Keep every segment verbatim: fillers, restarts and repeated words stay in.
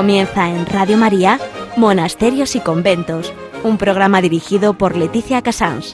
Comienza en Radio María, Monasterios y Conventos, un programa dirigido por Leticia Casans.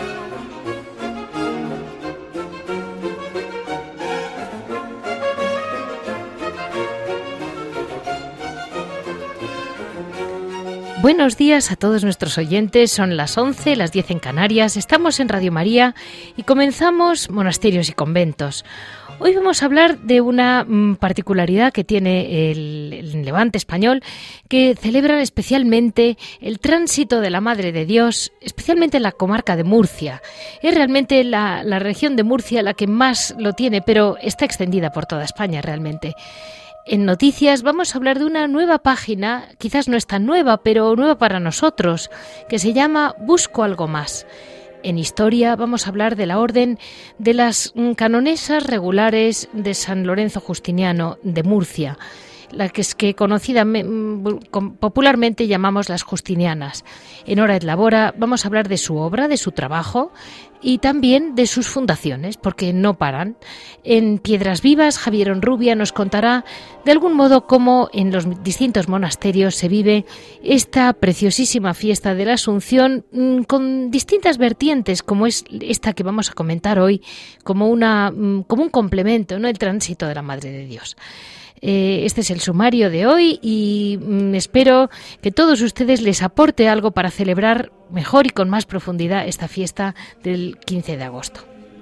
Buenos días a todos nuestros oyentes, son las once, las diez en Canarias, estamos en Radio María y comenzamos Monasterios y Conventos. Hoy vamos a hablar de una mm, particularidad que tiene el, el Levante español, que celebran especialmente el tránsito de la Madre de Dios, especialmente en la comarca de Murcia. Es realmente la, la región de Murcia la que más lo tiene, pero está extendida por toda España realmente. En Noticias vamos a hablar de una nueva página, quizás no es tan nueva, pero nueva para nosotros, que se llama Busco algo más. En Historia vamos a hablar de la Orden de las Canonesas Regulares de San Lorenzo Justiniano de Murcia, la que es que conocida popularmente llamamos las Justinianas. En Hora et Labora vamos a hablar de su obra, de su trabajo y también de sus fundaciones, porque no paran. En Piedras Vivas, Javier Onrubia nos contará de algún modo cómo en los distintos monasterios se vive esta preciosísima fiesta de la Asunción con distintas vertientes, como es esta que vamos a comentar hoy, como, una, como un complemento, ¿no? El tránsito de la Madre de Dios. Este es el sumario de hoy y espero que todos ustedes les aporte algo para celebrar mejor y con más profundidad esta fiesta del quince de agosto.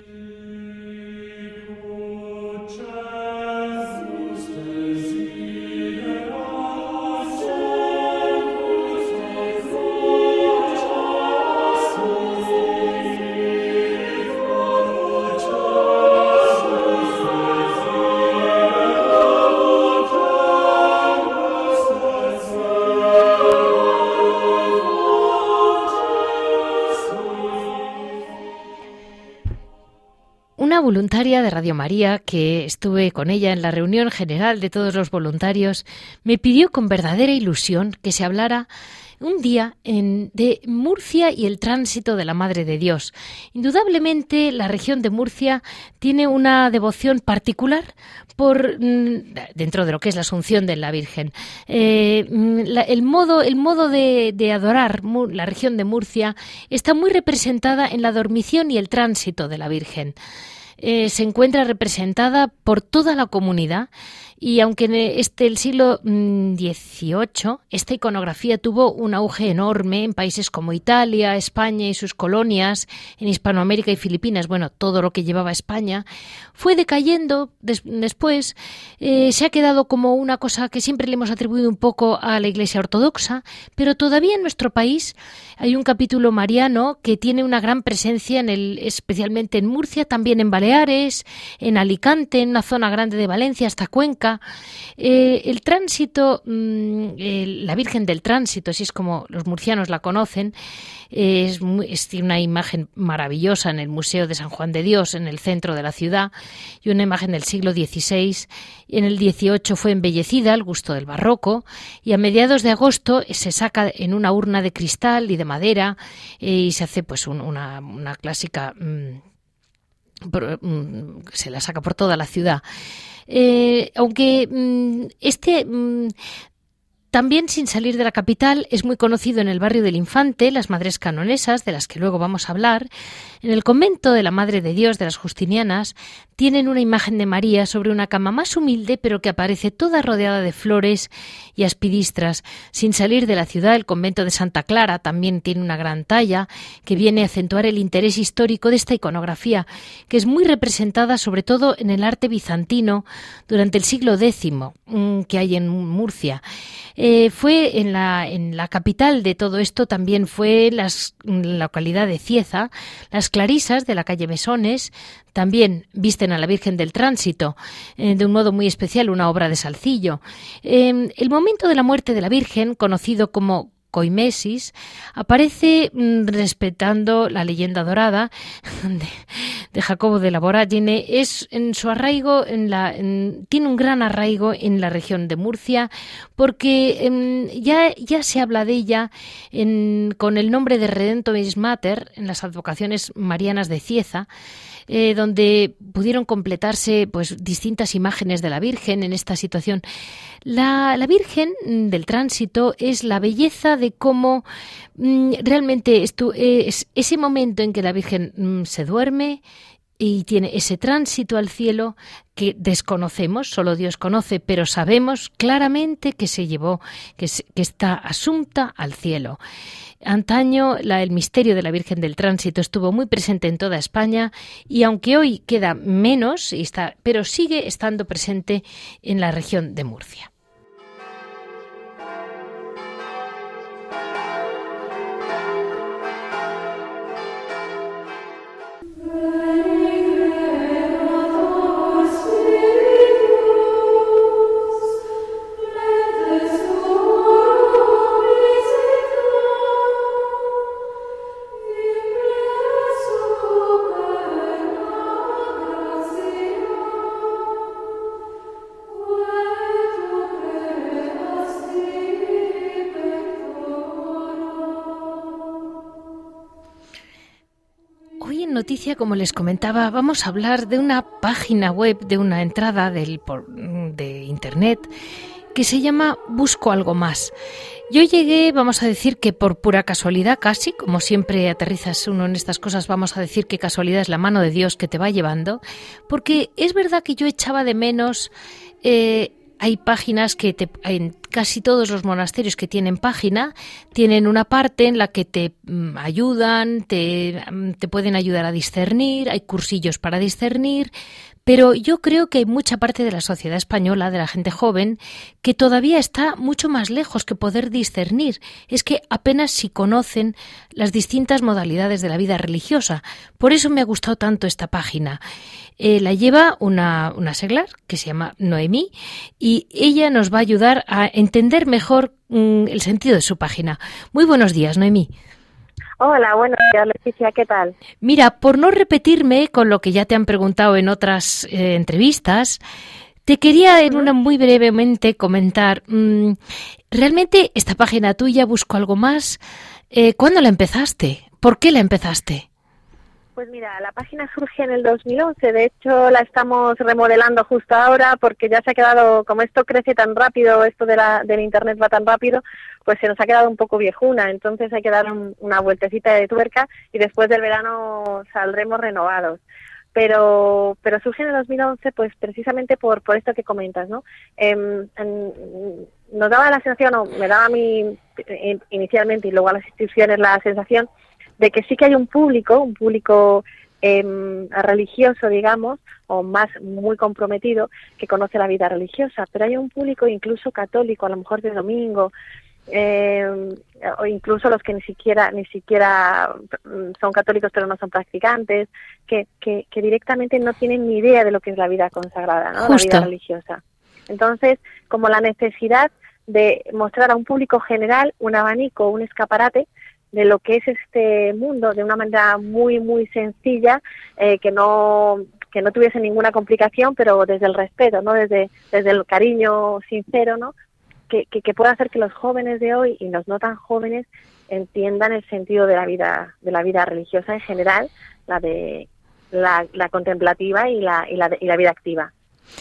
Una voluntaria de Radio María, que estuve con ella en la reunión general de todos los voluntarios, me pidió con verdadera ilusión que se hablara un día en, de Murcia y el tránsito de la Madre de Dios. Indudablemente la región de Murcia tiene una devoción particular por dentro de lo que es la Asunción de la Virgen. Eh, la, el modo, el modo de, de adorar la región de Murcia está muy representada en la dormición y el tránsito de la Virgen. Eh, se encuentra representada por toda la comunidad y aunque en este, el siglo dieciocho esta iconografía tuvo un auge enorme en países como Italia, España y sus colonias, en Hispanoamérica y Filipinas, bueno, todo lo que llevaba España, fue decayendo des, después, eh, se ha quedado como una cosa que siempre le hemos atribuido un poco a la Iglesia Ortodoxa, pero todavía en nuestro país hay un capítulo mariano que tiene una gran presencia, en el, especialmente en Murcia, también en Baleares, en Alicante, en una zona grande de Valencia, hasta Cuenca. Eh, el tránsito, mmm, eh, la Virgen del Tránsito, así es como los murcianos la conocen, eh, es, muy, es una imagen maravillosa en el Museo de San Juan de Dios, en el centro de la ciudad, y una imagen del siglo dieciséis. En el dieciocho fue embellecida al gusto del barroco y a mediados de agosto se saca en una urna de cristal y de madera eh, y se hace pues un, una, una clásica... Mmm, se la saca por toda la ciudad. Eh, aunque mmm, este mmm, también sin salir de la capital es muy conocido en el barrio del Infante, las Madres Canonesas, de las que luego vamos a hablar. En el convento de la Madre de Dios de las Justinianas tienen una imagen de María sobre una cama más humilde, pero que aparece toda rodeada de flores y aspidistras. Sin salir de la ciudad, el convento de Santa Clara también tiene una gran talla que viene a acentuar el interés histórico de esta iconografía, que es muy representada sobre todo en el arte bizantino durante el siglo décimo que hay en Murcia. Eh, fue en la, en la capital de todo esto también fue las, la localidad de Cieza. Las clarisas de la calle Mesones también visten a la Virgen del Tránsito eh, de un modo muy especial, una obra de Salzillo. Eh, el momento de la muerte de la Virgen, conocido como Coimesis, aparece mmm, respetando la leyenda dorada de, de Jacobo de la Voragine. Es en su arraigo, en la, en, tiene un gran arraigo en la región de Murcia, porque eh, ya, ya se habla de ella en, con el nombre de Redemptoris Mater en las advocaciones marianas de Cieza, eh, donde pudieron completarse pues distintas imágenes de la Virgen en esta situación. La, la Virgen del Tránsito es la belleza de cómo mm, realmente estu, es ese momento en que la Virgen mm, se duerme y tiene ese tránsito al cielo que desconocemos, solo Dios conoce, pero sabemos claramente que se llevó, que, se, que está asunta al cielo. Antaño la, el misterio de la Virgen del Tránsito estuvo muy presente en toda España y aunque hoy queda menos, y está, pero sigue estando presente en la región de Murcia. Noticia, como les comentaba, vamos a hablar de una página web, de una entrada del, por, de internet que se llama Busco Algo Más. Yo llegué, vamos a decir que por pura casualidad casi, como siempre aterrizas uno en estas cosas, vamos a decir que casualidad es la mano de Dios que te va llevando, porque es verdad que yo echaba de menos... Eh, Hay páginas que te, en casi todos los monasterios que tienen página, tienen una parte en la que te mm, ayudan, te, te pueden ayudar a discernir, hay cursillos para discernir, pero yo creo que hay mucha parte de la sociedad española, de la gente joven, que todavía está mucho más lejos que poder discernir. Es que apenas si conocen las distintas modalidades de la vida religiosa. Por eso me ha gustado tanto esta página. Eh, la lleva una, una seglar que se llama Noemí y ella nos va a ayudar a entender mejor mmm, el sentido de su página. Muy buenos días, Noemí. Hola, buenos días, Leticia, ¿qué tal? Mira, por no repetirme con lo que ya te han preguntado en otras eh, entrevistas, te quería en una muy brevemente comentar, mmm, realmente esta página tuya, Busco Algo Más, eh, ¿cuándo la empezaste? ¿Por qué la empezaste? Pues mira, la página surge en el dos mil once, de hecho la estamos remodelando justo ahora porque ya se ha quedado, como esto crece tan rápido, esto de la, del internet va tan rápido, pues se nos ha quedado un poco viejuna, entonces hay que dar un, una vueltecita de tuerca y después del verano saldremos renovados. Pero pero surge en el dos mil once pues precisamente por por esto que comentas, ¿no? Eh, en, nos daba la sensación, o me daba a mí inicialmente y luego a las instituciones la sensación de que sí que hay un público, un público eh, religioso, digamos, o más muy comprometido, que conoce la vida religiosa, pero hay un público incluso católico, a lo mejor de domingo, eh, o incluso los que ni siquiera ni siquiera son católicos pero no son practicantes, que, que, que directamente no tienen ni idea de lo que es la vida consagrada, ¿no? La vida religiosa. Entonces, como la necesidad de mostrar a un público general un abanico, un escaparate de lo que es este mundo de una manera muy muy sencilla, eh, que no que no tuviese ninguna complicación, pero desde el respeto, no desde desde el cariño sincero, ¿no? Que, que, que pueda hacer que los jóvenes de hoy y los no tan jóvenes entiendan el sentido de la vida de la vida religiosa en general, la de la, la contemplativa y la y la, y la vida activa.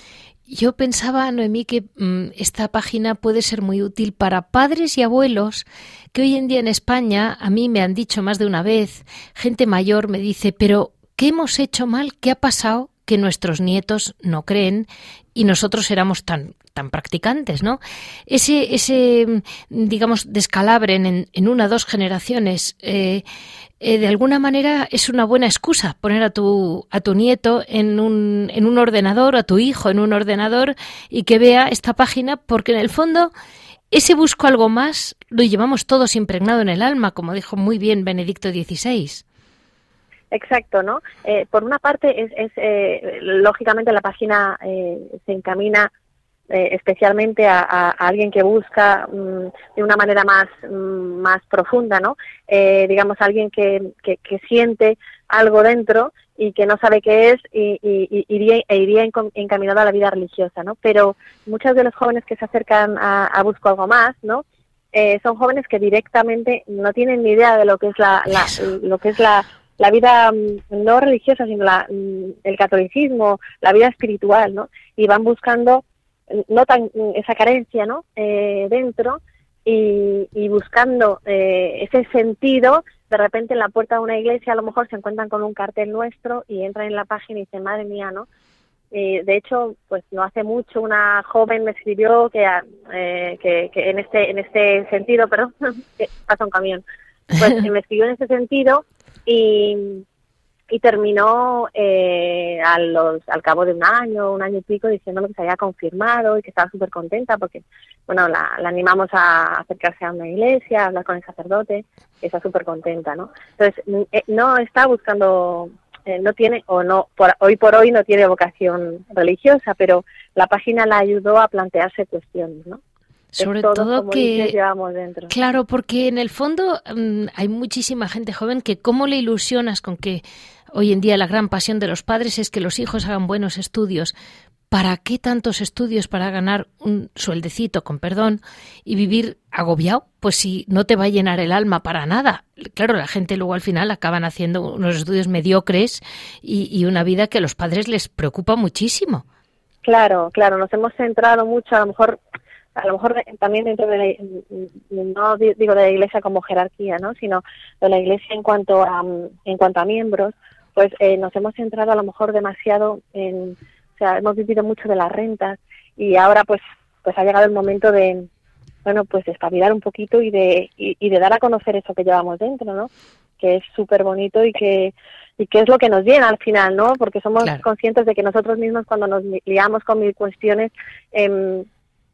Yo pensaba, Noemí, que mmm, esta página puede ser muy útil para padres y abuelos que hoy en día en España, a mí me han dicho más de una vez, gente mayor me dice, pero ¿qué hemos hecho mal? ¿Qué ha pasado que nuestros nietos no creen y nosotros éramos tan tan practicantes, ¿no? Ese, ese digamos, descalabre en, en una o dos generaciones, eh, eh, de alguna manera es una buena excusa poner a tu a tu nieto en un, en un ordenador, a tu hijo en un ordenador y que vea esta página, porque en el fondo ese Busco Algo Más lo llevamos todos impregnado en el alma, como dijo muy bien Benedicto dieciséis. Exacto, ¿no? Eh, por una parte, es, es eh, lógicamente la página eh, se encamina eh, especialmente a, a, a alguien que busca um, de una manera más, um, más profunda, ¿no? Eh, digamos, alguien que, que, que siente algo dentro y que no sabe qué es y, y, y iría, e iría encaminado a la vida religiosa, ¿no? Pero muchos de los jóvenes que se acercan a, a Busco Algo Más, ¿no? Eh, son jóvenes que directamente no tienen ni idea de lo que es la, la lo que es la, la vida no religiosa, sino la, el catolicismo, la vida espiritual, ¿no? Y van buscando notan esa carencia, ¿no? Eh, dentro y, y buscando eh, ese sentido. De repente en la puerta de una iglesia a lo mejor se encuentran con un cartel nuestro y entran en la página y dicen, madre mía, ¿no? Eh, de hecho, pues no hace mucho una joven me escribió que, eh, que, que en este en este sentido, perdón, que pasa un camión, pues me escribió en este sentido y, y terminó eh, a los, al cabo de un año, un año y pico, diciéndome que se había confirmado y que estaba súper contenta porque, bueno, la, la animamos a acercarse a una iglesia, a hablar con el sacerdote, y está súper contenta, ¿no? Entonces, eh, no está buscando... Eh, no tiene, o no, por, hoy por hoy no tiene vocación religiosa, pero la página la ayudó a plantearse cuestiones, ¿no? Sobre todo, todo como que, dices, llevamos dentro. Claro, porque en el fondo um, hay muchísima gente joven que cómo le ilusionas con que hoy en día la gran pasión de los padres es que los hijos hagan buenos estudios. ¿Para qué tantos estudios para ganar un sueldecito, con perdón, y vivir agobiado? Pues si no te va a llenar el alma para nada. Claro, la gente luego al final acaban haciendo unos estudios mediocres y, y una vida que a los padres les preocupa muchísimo. Claro, claro, nos hemos centrado mucho, a lo mejor, a lo mejor también dentro de la, no digo de la Iglesia como jerarquía, ¿no? Sino de la Iglesia en cuanto a, en cuanto a miembros, pues eh, nos hemos centrado a lo mejor demasiado en... O sea, hemos vivido mucho de las rentas y ahora pues pues ha llegado el momento de, bueno, pues de espabilar un poquito y de y, y de dar a conocer eso que llevamos dentro, ¿no? Que es súper bonito y que y que es lo que nos llena al final, ¿no? Porque somos claro. conscientes de que nosotros mismos cuando nos liamos con mil cuestiones eh,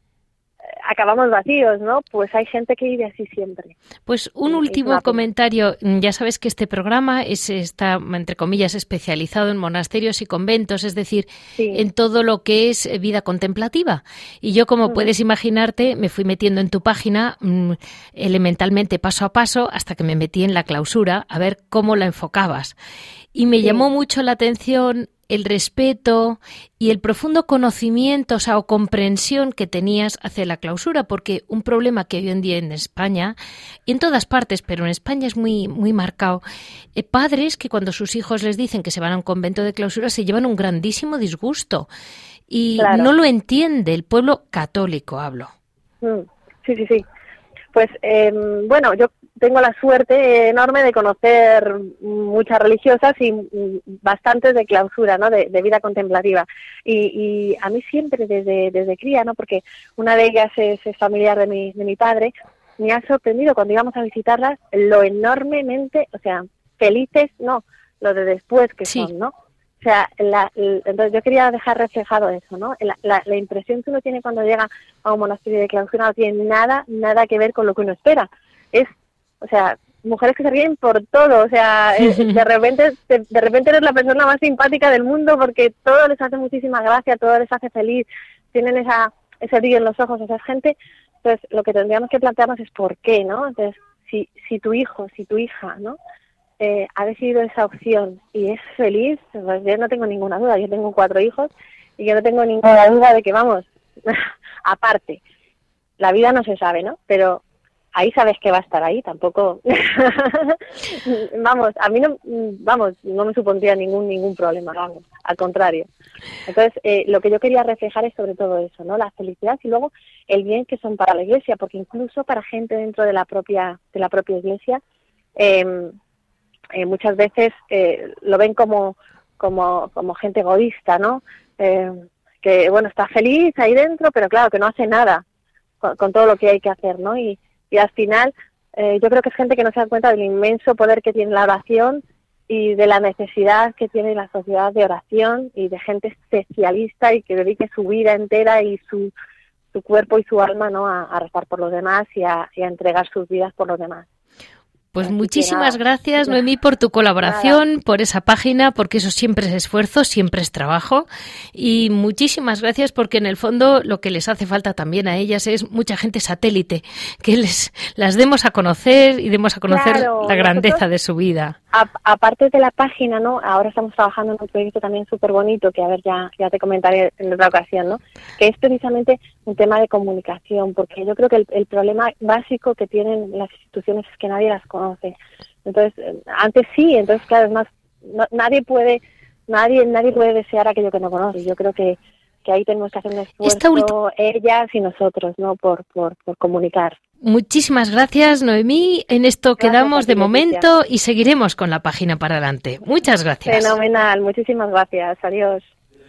acabamos vacíos, ¿no? Pues hay gente que vive así siempre. Pues un último comentario. Ya sabes que este programa es está, entre comillas, especializado en monasterios y conventos, es decir, sí. en todo lo que es vida contemplativa. Y yo, como uh-huh. puedes imaginarte, me fui metiendo en tu página mmm, elementalmente, paso a paso, hasta que me metí en la clausura a ver cómo la enfocabas. Y me sí. llamó mucho la atención el respeto y el profundo conocimiento, o sea, o comprensión que tenías hacia la clausura, porque un problema que hoy en día en España, y en todas partes, pero en España es muy, muy marcado, eh, padres que cuando sus hijos les dicen que se van a un convento de clausura se llevan un grandísimo disgusto y claro. no lo entiende el pueblo católico, hablo. Mm, sí, sí, sí. Pues, eh, bueno, yo tengo la suerte enorme de conocer muchas religiosas y bastantes de clausura, ¿no? De, de vida contemplativa. Y, y a mí siempre desde desde cría, ¿no? Porque una de ellas es, es familiar de mi de mi padre. Me ha sorprendido cuando íbamos a visitarlas lo enormemente, o sea, felices, no, lo de después que sí. son, ¿no? O sea, la, la, entonces yo quería dejar reflejado eso, ¿no? La, la, la impresión que uno tiene cuando llega a un monasterio de clausura no tiene nada, nada que ver con lo que uno espera. Es, o sea, mujeres que se ríen por todo, o sea, de repente de, de repente eres la persona más simpática del mundo porque todo les hace muchísima gracia, todo les hace feliz, tienen esa ese brillo en los ojos, esa gente. Entonces, lo que tendríamos que plantearnos es por qué, ¿no? Entonces, si si tu hijo, si tu hija, ¿no? Eh, ha decidido esa opción y es feliz, pues yo no tengo ninguna duda. Yo tengo cuatro hijos y yo no tengo ninguna duda de que, vamos, aparte, la vida no se sabe, ¿no? Pero ahí sabes que va a estar ahí, tampoco... vamos, a mí no, vamos, no me supondría ningún ningún problema, vamos, al contrario. Entonces, eh, lo que yo quería reflejar es sobre todo eso, ¿no? La felicidad y luego el bien que son para la Iglesia, porque incluso para gente dentro de la propia de la propia Iglesia, eh, Eh, muchas veces eh, lo ven como como como gente egoísta, ¿no? Eh, que, bueno, está feliz ahí dentro, pero claro, que no hace nada con, con todo lo que hay que hacer, ¿no? Y, y al final eh, yo creo que es gente que no se da cuenta del inmenso poder que tiene la oración y de la necesidad que tiene la sociedad de oración y de gente especialista y que dedique su vida entera y su, su cuerpo y su alma, ¿no? A, a rezar por los demás y a, y a entregar sus vidas por los demás. Pues Así muchísimas que nada, gracias, Noemí, por tu colaboración, nada. por esa página, porque eso siempre es esfuerzo, siempre es trabajo. Y muchísimas gracias porque en el fondo lo que les hace falta también a ellas es mucha gente satélite, que les las demos a conocer y demos a conocer Claro, la grandeza nosotros, de su vida. A, aparte de la página, ¿no? Ahora estamos trabajando en un proyecto también súper bonito, que a ver, ya, ya te comentaré en otra ocasión, ¿no? Que es precisamente un tema de comunicación, porque yo creo que el, el problema básico que tienen las instituciones es que nadie las conoce. Entonces, antes sí, entonces claro, es más, no, nadie puede, nadie, nadie puede desear aquello que no conoce. Yo creo que, que ahí tenemos que hacer un esfuerzo, ulti- ellas y nosotros, ¿no? Por, por, por comunicar. Muchísimas gracias, Noemí. En esto gracias quedamos de momento y seguiremos con la página para adelante. Muchas gracias. Fenomenal, muchísimas gracias. Adiós.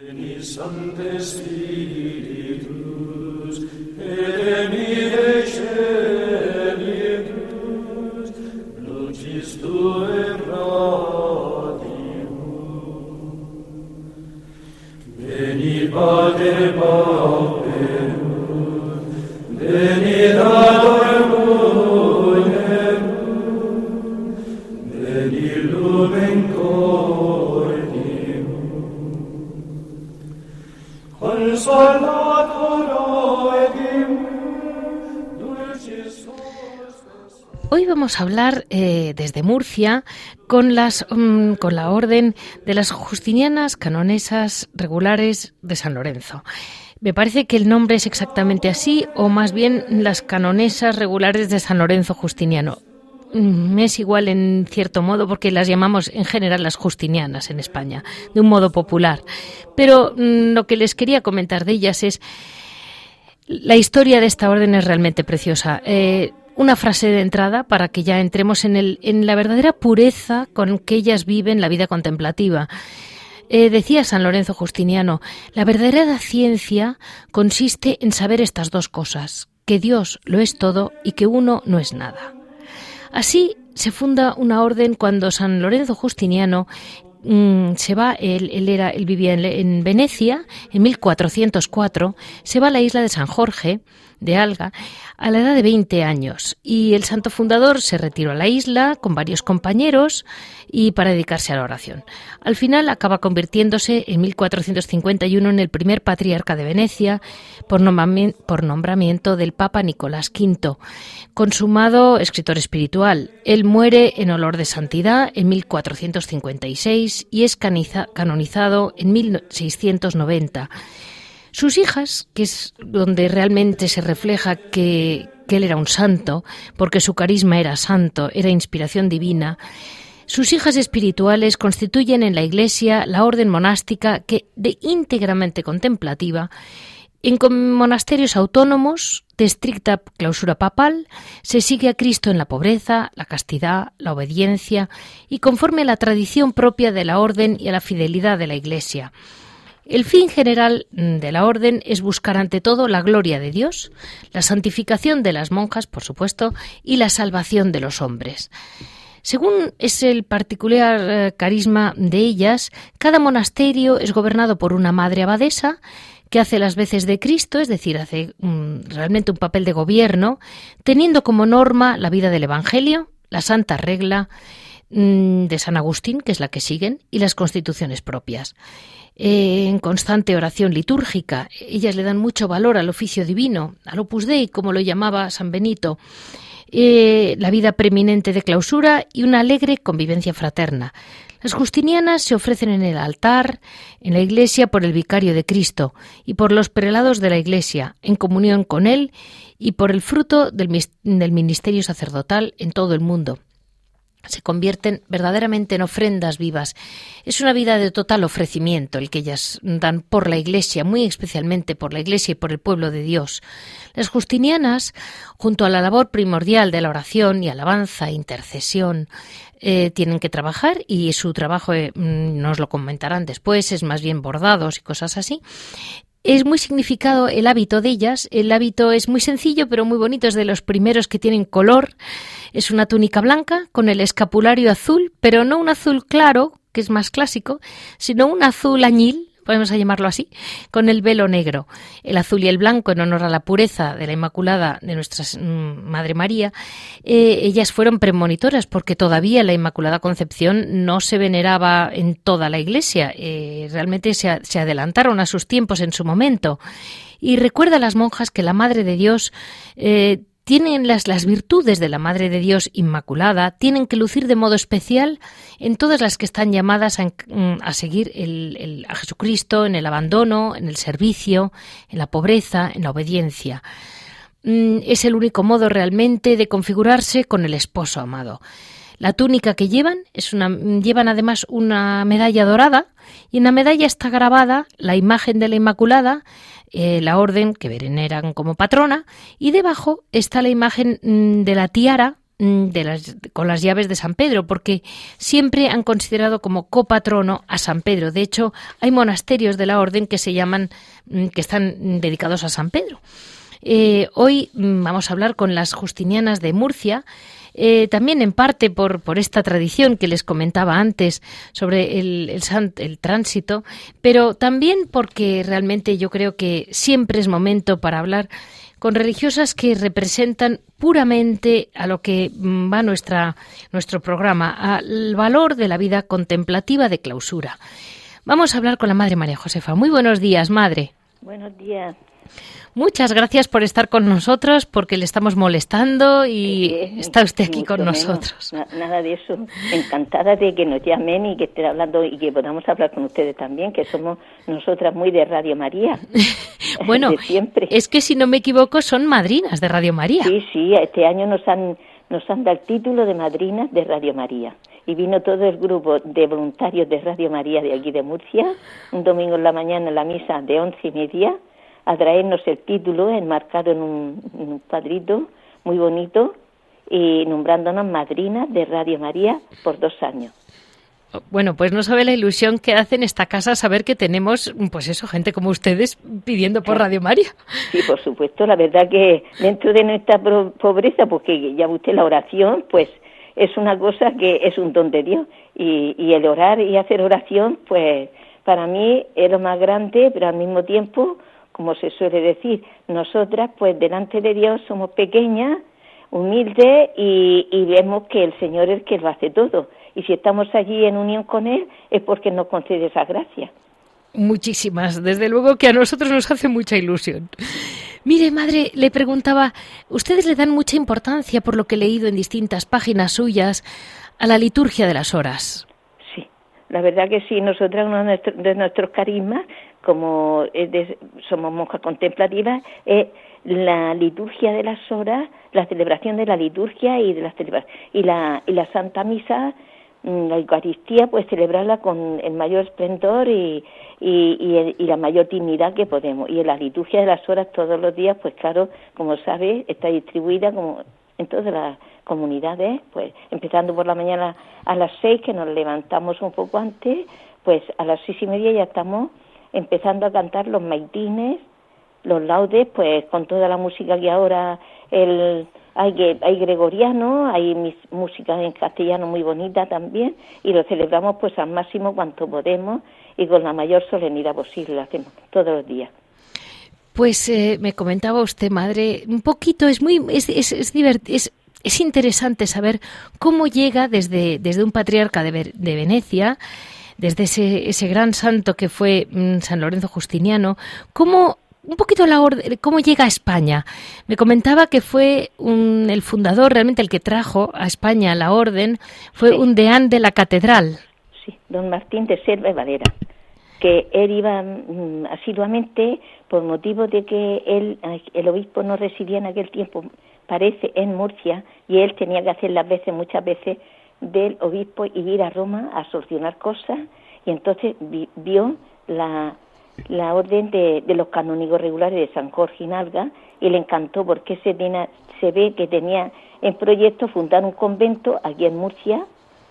Hoy vamos a hablar eh, desde Murcia con, las, um, con la Orden de las Justinianas Canonesas Regulares de San Lorenzo. Me parece que el nombre es exactamente así, o más bien las Canonesas Regulares de San Lorenzo Justiniano. Me es igual en cierto modo porque las llamamos en general las Justinianas en España, de un modo popular. Pero mm, lo que les quería comentar de ellas es la historia de esta orden es realmente preciosa. Eh, Una frase de entrada para que ya entremos en, el, en la verdadera pureza con que ellas viven la vida contemplativa. Eh, decía San Lorenzo Justiniano, la verdadera ciencia consiste en saber estas dos cosas, que Dios lo es todo y que uno no es nada. Así se funda una orden cuando San Lorenzo Justiniano mm, se va, él, él, era, él vivía en, en Venecia, en mil cuatrocientos cuatro, se va a la isla de San Jorge, de Alga, a la edad de veinte años, y el santo fundador se retiró a la isla con varios compañeros y para dedicarse a la oración. Al final acaba convirtiéndose en mil cuatrocientos cincuenta y uno en el primer patriarca de Venecia por nombramiento, por nombramiento del Papa Nicolás quinto, consumado escritor espiritual. Él muere en olor de santidad en mil cuatrocientos cincuenta y seis y es caniza, canonizado en mil seiscientos noventa. Sus hijas, que es donde realmente se refleja que, que él era un santo, porque su carisma era santo, era inspiración divina, sus hijas espirituales constituyen en la Iglesia la orden monástica que, de íntegramente contemplativa, en monasterios autónomos de estricta clausura papal, se sigue a Cristo en la pobreza, la castidad, la obediencia y conforme a la tradición propia de la orden y a la fidelidad de la Iglesia. El fin general de la orden es buscar ante todo la gloria de Dios, la santificación de las monjas, por supuesto, y la salvación de los hombres. Según es el particular eh, carisma de ellas, cada monasterio es gobernado por una madre abadesa que hace las veces de Cristo, es decir, hace um, realmente un papel de gobierno, teniendo como norma la vida del Evangelio, la Santa Regla um, de San Agustín, que es la que siguen, y las constituciones propias. Eh, en constante oración litúrgica, ellas le dan mucho valor al oficio divino, al Opus Dei, como lo llamaba San Benito, eh, la vida preeminente de clausura y una alegre convivencia fraterna. Las justinianas se ofrecen en el altar, en la Iglesia, por el vicario de Cristo y por los prelados de la Iglesia, en comunión con él y por el fruto del, del ministerio sacerdotal en todo el mundo. Se convierten verdaderamente en ofrendas vivas. Es una vida de total ofrecimiento el que ellas dan por la Iglesia, muy especialmente por la Iglesia y por el pueblo de Dios. Las justinianas, junto a la labor primordial de la oración y alabanza e intercesión, eh, tienen que trabajar y su trabajo, eh, nos lo comentarán después, es más bien bordados y cosas así. Es muy significado el hábito de ellas. El hábito es muy sencillo, pero muy bonito. Es de los primeros que tienen color. Es una túnica blanca con el escapulario azul, pero no un azul claro, que es más clásico, sino un azul añil, vamos a llamarlo así, con el velo negro, el azul y el blanco en honor a la pureza de la Inmaculada de nuestra mm, Madre María. Eh, ellas fueron premonitoras porque todavía la Inmaculada Concepción no se veneraba en toda la Iglesia. Eh, realmente se, a, se adelantaron a sus tiempos en su momento. Y recuerda a las monjas que la Madre de Dios eh, tienen las, las virtudes de la Madre de Dios Inmaculada, tienen que lucir de modo especial en todas las que están llamadas a, a seguir el, el, a Jesucristo, en el abandono, en el servicio, en la pobreza, en la obediencia. Es el único modo realmente de configurarse con el esposo amado. La túnica que llevan es una, llevan además una medalla dorada y en la medalla está grabada la imagen de la Inmaculada, eh, la orden que veneran como patrona, y debajo está la imagen mm, de la tiara mm, de las, con las llaves de San Pedro, porque siempre han considerado como copatrono a San Pedro. De hecho, hay monasterios de la orden que se llaman, mm, que están dedicados a San Pedro. Eh, hoy mm, vamos a hablar con las Justinianas de Murcia. Eh, también en parte por, por esta tradición que les comentaba antes sobre el, el, sant, el tránsito, pero también porque realmente yo creo que siempre es momento para hablar con religiosas que representan puramente a lo que va nuestra, nuestro programa, al valor de la vida contemplativa de clausura. Vamos a hablar con la Madre María Josefa. Muy buenos días, Madre. Buenos días. Muchas gracias por estar con nosotros, porque le estamos molestando y sí, está usted aquí con menos, nosotros. Na, nada de eso. Encantada de que nos llamen y que estén hablando y que podamos hablar con ustedes también, que somos nosotras muy de Radio María. Bueno, siempre. Es que si no me equivoco son madrinas de Radio María. Sí, sí, este año nos han, nos han dado el título de madrinas de Radio María. Y vino todo el grupo de voluntarios de Radio María de aquí de Murcia, un domingo en la mañana en la misa de once y media, a traernos el título enmarcado en un, en un cuadrito muy bonito y nombrándonos madrinas de Radio María por dos años. Bueno, pues no sabe la ilusión que hace en esta casa saber que tenemos, pues eso, gente como ustedes pidiendo por Radio María. Sí, por supuesto, la verdad que dentro de nuestra pobreza, porque ya usted la oración, pues es una cosa que es un don de Dios y, y el orar y hacer oración, pues para mí es lo más grande, pero al mismo tiempo, como se suele decir, nosotras pues delante de Dios somos pequeñas, humildes y, y vemos que el Señor es el que lo hace todo. Y si estamos allí en unión con Él es porque nos concede esa gracia. Muchísimas, desde luego que a nosotros nos hace mucha ilusión. Mire, Madre, le preguntaba, ustedes le dan mucha importancia, por lo que he leído en distintas páginas suyas, a la liturgia de las horas. Sí, la verdad que sí, nosotras uno de nuestros, de nuestros carismas, como es de, somos monjas contemplativas, es la liturgia de las horas, la celebración de la liturgia y de la celebración y la y la Santa Misa, la Eucaristía, pues celebrarla con el mayor esplendor y y, y, el, y la mayor dignidad que podemos. Y en la liturgia de las horas todos los días, pues claro, como sabe, está distribuida como en todas las comunidades, pues empezando por la mañana a las seis, que nos levantamos un poco antes, pues a las seis y media ya estamos empezando a cantar los maitines, los laudes, pues con toda la música que ahora el hay, hay gregoriano, hay mis, música en castellano muy bonita también, y lo celebramos pues al máximo cuanto podemos y con la mayor solemnidad posible, lo hacemos todos los días. Pues eh, me comentaba usted, Madre, un poquito, es muy es es es, divert, es, es interesante saber cómo llega desde desde un patriarca de, de Venecia, desde ese ese gran santo que fue mm, San Lorenzo Justiniano, cómo un poquito la orden, cómo llega a España. Me comentaba que fue un, el fundador, realmente el que trajo a España la orden, fue sí. un deán de la catedral. Sí, don Martín de Selva Valera, que él iba mm, asiduamente por motivo de que él, el obispo no residía en aquel tiempo, parece, en Murcia, y él tenía que hacer las veces, muchas veces, del obispo y ir a Roma a solucionar cosas, y entonces vi, vio la... la orden de, de los canónigos regulares de San Jorge y Nalga, y le encantó porque se, tenía, se ve que tenía en proyecto fundar un convento aquí en Murcia,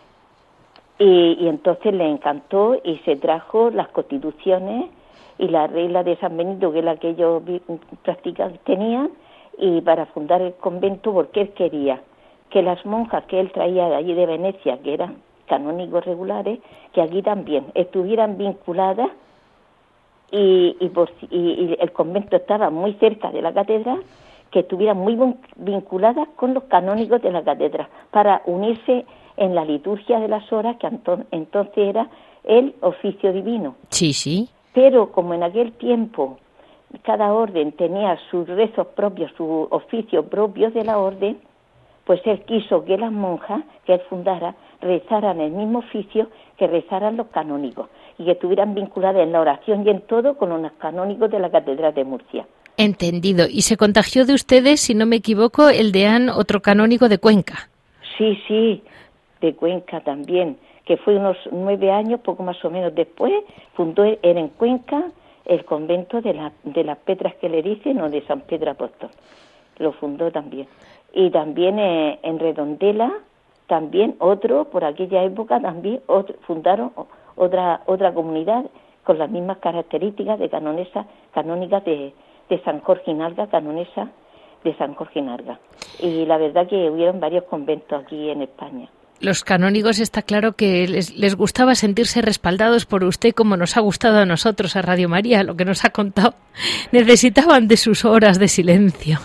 y, y entonces le encantó y se trajo las constituciones y la regla de San Benito, que es la que ellos practican, tenían, y para fundar el convento, porque él quería que las monjas que él traía de allí de Venecia, que eran canónigos regulares, que aquí también estuvieran vinculadas y, y, por, y, y el convento estaba muy cerca de la catedral, que estuvieran muy vinculadas con los canónigos de la catedral, para unirse en la liturgia de las horas, que entonces era el oficio divino. Sí, sí. Pero como en aquel tiempo cada orden tenía sus rezos propios, sus oficios propios de la orden, pues él quiso que las monjas que él fundara rezaran el mismo oficio que rezaran los canónigos y que estuvieran vinculadas en la oración y en todo con los canónigos de la Catedral de Murcia. Entendido. Y se contagió de ustedes, si no me equivoco, el deán, otro canónigo de Cuenca. Sí, sí, de Cuenca también, que fue unos nueve años, poco más o menos después, fundó era en Cuenca el convento de, la, de las Petras que le dicen, o de San Pedro Apóstol. Lo fundó también. Y también eh, en Redondela, también otro, por aquella época también otro, fundaron otra otra comunidad con las mismas características de canonesa, canónicas de, de San Jorge Narga, canonesa de San Jorge Narga. Y la verdad que hubieron varios conventos aquí en España. Los canónigos está claro que les, les gustaba sentirse respaldados por usted, como nos ha gustado a nosotros, a Radio María, lo que nos ha contado. Necesitaban de sus horas de silencio.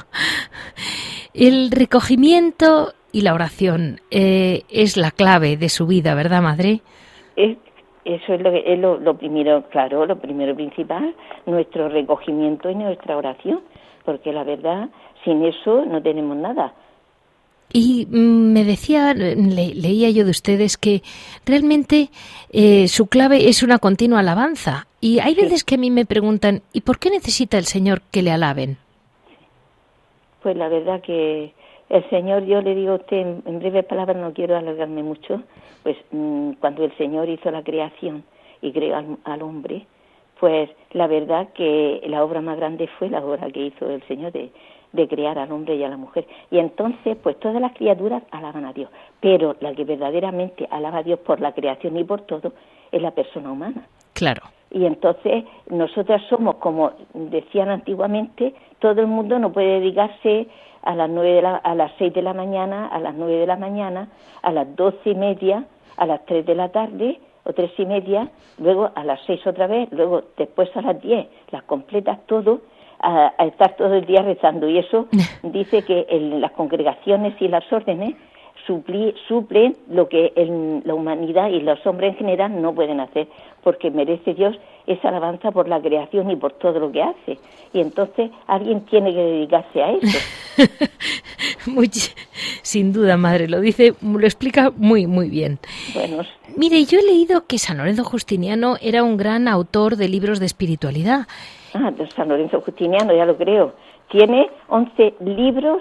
El recogimiento y la oración eh, es la clave de su vida, ¿verdad, madre? Es, eso es, lo, que, es lo, lo primero, claro, lo primero principal, nuestro recogimiento y nuestra oración, porque la verdad, sin eso no tenemos nada. Y me decía, le, leía yo de ustedes que realmente eh, su clave es una continua alabanza. Y hay veces sí. que a mí me preguntan, ¿y por qué necesita el Señor que le alaben? Pues la verdad que el Señor, yo le digo a usted, en, en breves palabras, no quiero alargarme mucho, pues mmm, cuando el Señor hizo la creación y creó al, al hombre, pues la verdad que la obra más grande fue la obra que hizo el Señor de... de crear al hombre y a la mujer. Y entonces, pues todas las criaturas alaban a Dios, pero la que verdaderamente alaba a Dios por la creación y por todo es la persona humana. Claro. Y entonces, nosotras somos, como decían antiguamente, todo el mundo no puede dedicarse a las nueve de la, a las seis de la mañana, a las nueve de la mañana, a las doce y media, a las tres de la tarde, o tres y media, luego a las seis otra vez, luego después a las diez, las completas todo, A, a estar todo el día rezando, y eso dice que en las congregaciones y las órdenes supli, suplen lo que en la humanidad y los hombres en general no pueden hacer, porque merece Dios esa alabanza por la creación y por todo lo que hace, y entonces alguien tiene que dedicarse a eso. Muy, sin duda, madre, lo dice, lo explica muy, muy bien. Bueno, mire, yo he leído que San Lorenzo Justiniano era un gran autor de libros de espiritualidad. Ah, de San Lorenzo Justiniano, ya lo creo. Tiene once libros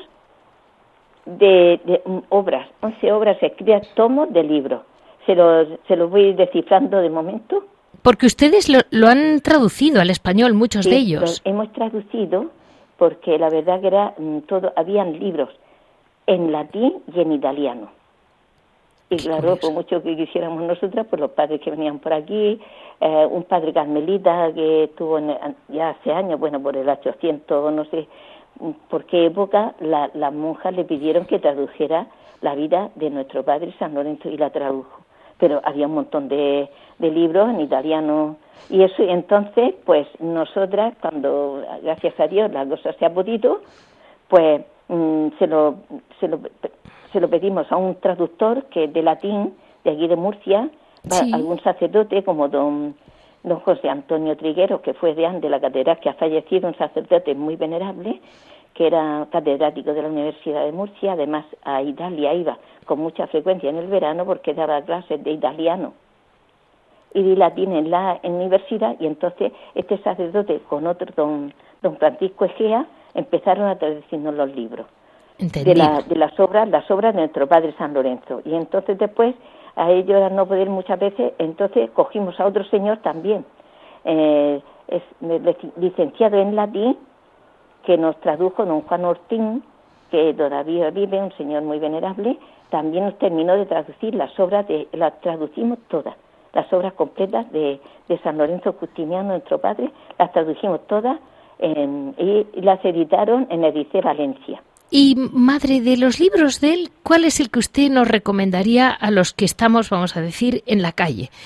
de, de um, obras, once obras escritas, tomos de libros. Se los, se los voy descifrando de momento. Porque ustedes lo, lo han traducido al español, muchos sí, de ellos. Lo hemos traducido porque la verdad que era todo, habían libros en latín y en italiano. Y Qué claro, curioso. por mucho que quisiéramos nosotras, pues los padres que venían por aquí, eh, un padre carmelita que estuvo en, ya hace años, bueno, por el ochocientos, no sé por qué época, la, las monjas le pidieron que tradujera la vida de nuestro padre San Lorenzo y la tradujo. Pero había un montón de, de libros en italiano y eso, y entonces, pues nosotras, cuando, gracias a Dios, la cosa se ha podido, pues mmm, se lo... Se lo se lo pedimos a un traductor que de latín, de aquí de Murcia, sí. algún sacerdote como don, don José Antonio Trigueros, que fue deán de la catedral, que ha fallecido, un sacerdote muy venerable, que era catedrático de la Universidad de Murcia, además a Italia iba con mucha frecuencia en el verano porque daba clases de italiano y de latín en la en universidad, y entonces este sacerdote con otro don, don Francisco Egea empezaron a traducirnos los libros. De, la, de las obras, las obras de nuestro padre San Lorenzo. Y entonces después, a ellos al no poder muchas veces, entonces cogimos a otro señor también, eh, es licenciado en latín, que nos tradujo don Juan Ortín, que todavía vive, un señor muy venerable, también nos terminó de traducir las obras, de las traducimos todas, las obras completas de, de San Lorenzo Justiniano, nuestro padre, las tradujimos todas en, y, y las editaron en Edice Valencia. Y, madre, de los libros de él, ¿cuál es el que usted nos recomendaría a los que estamos, vamos a decir, en la calle?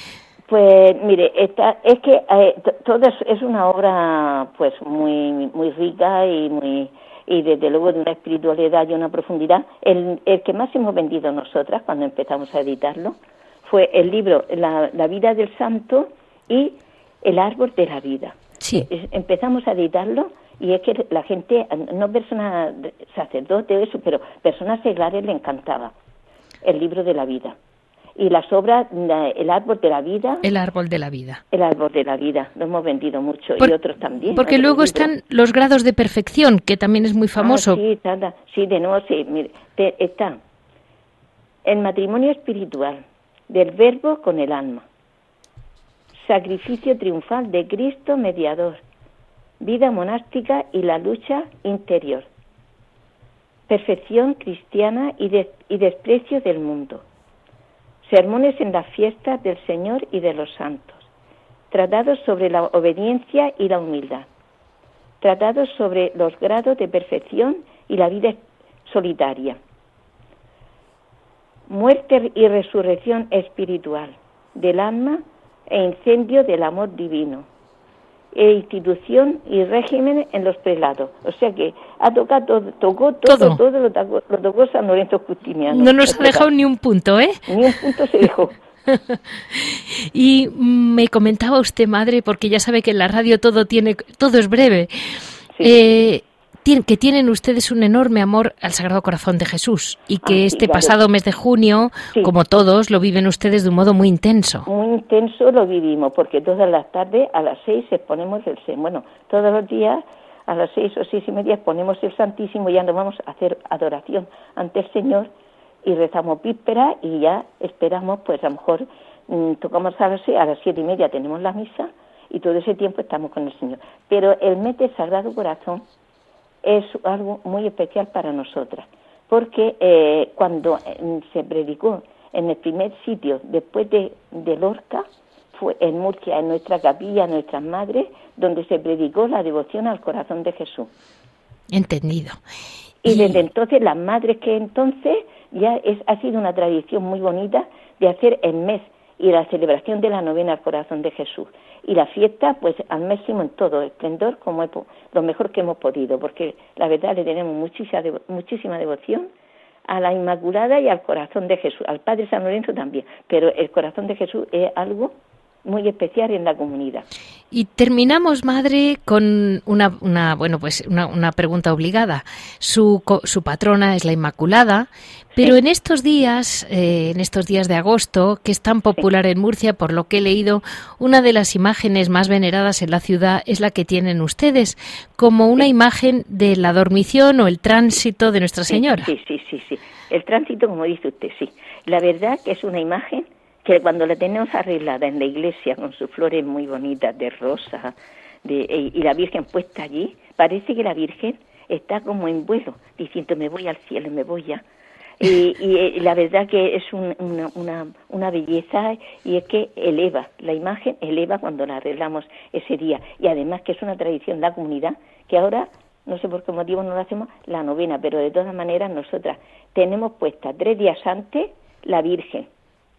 Pues mire, esta, es que eh, todo es, es una obra pues muy muy rica y muy y desde luego de una espiritualidad y una profundidad. El, el que más hemos vendido nosotras cuando empezamos a editarlo fue el libro La, la vida del santo y El árbol de la vida. Sí. Empezamos a editarlo y es que la gente, no personas sacerdotes, eso, pero personas seglares le encantaba el libro de la vida. Y las obras, El árbol de la vida. El árbol de la vida. El árbol de la vida, lo hemos vendido mucho. Por, y otros también. Porque otros luego libros. Están los grados de perfección, que también es muy famoso. Ah, sí, tada, sí, de nuevo, sí. Mire, te, está el matrimonio espiritual, del verbo con el alma. Sacrificio triunfal de Cristo mediador. Vida monástica y la lucha interior. Perfección cristiana y, de, y desprecio del mundo. Sermones en las fiestas del Señor y de los santos. Tratados sobre la obediencia y la humildad. Tratados sobre los grados de perfección y la vida solitaria. Muerte y resurrección espiritual del alma e incendio del amor divino. E institución y régimen en los prelados. O sea que ha tocado todo, tocó todo, todo, todo lo, tocó, lo tocó San Lorenzo Justiniano. No nos ha dejado ni un punto, ¿eh? Ni un punto se dejó. Y me comentaba usted, madre, porque ya sabe que en la radio todo tiene, todo es breve, sí. eh, que tienen ustedes un enorme amor al Sagrado Corazón de Jesús y que ah, este sí, claro. pasado mes de junio, sí. como todos, lo viven ustedes de un modo muy intenso. Muy intenso lo vivimos, porque todas las tardes a las seis exponemos el Santísimo. Bueno, todos los días a las seis o seis y media exponemos el Santísimo y ya nos vamos a hacer adoración ante el Señor y rezamos víspera y ya esperamos, pues a lo mejor mmm, tocamos a las seis, a las siete y media tenemos la misa y todo ese tiempo estamos con el Señor. Pero el mes del Sagrado Corazón es algo muy especial para nosotras, porque eh, cuando eh, se predicó en el primer sitio después de, de Lorca, fue en Murcia, en nuestra capilla, Nuestras Madres, donde se predicó la devoción al corazón de Jesús. Entendido. Y, y desde entonces, las madres que entonces, ya es, ha sido una tradición muy bonita de hacer el mes y la celebración de la novena al corazón de Jesús. Y la fiesta, pues al máximo en todo esplendor, como es lo mejor que hemos podido, porque la verdad le tenemos muchísima, devo, muchísima devoción a la Inmaculada y al corazón de Jesús, al Padre San Lorenzo también, pero el corazón de Jesús es algo muy especial en la comunidad. Y terminamos, madre, con una, una bueno, pues una, una pregunta obligada. Su, su patrona es la Inmaculada, pero sí. en estos días, eh, en estos días de agosto, que es tan popular sí. en Murcia, por lo que he leído, una de las imágenes más veneradas en la ciudad es la que tienen ustedes, como una sí. imagen de la dormición o el tránsito de Nuestra Señora. Sí, sí, sí, sí. El tránsito, como dice usted, sí. La verdad que es una imagen que cuando la tenemos arreglada en la iglesia con sus flores muy bonitas de rosa de, y, y la Virgen puesta allí, parece que la Virgen está como en vuelo, diciendo me voy al cielo, me voy ya. Y, y, y la verdad que es un, una, una, una belleza y es que eleva, la imagen eleva cuando la arreglamos ese día. Y además que es una tradición de la comunidad que ahora, no sé por qué motivo no lo hacemos, la novena, pero de todas maneras nosotras tenemos puesta tres días antes la Virgen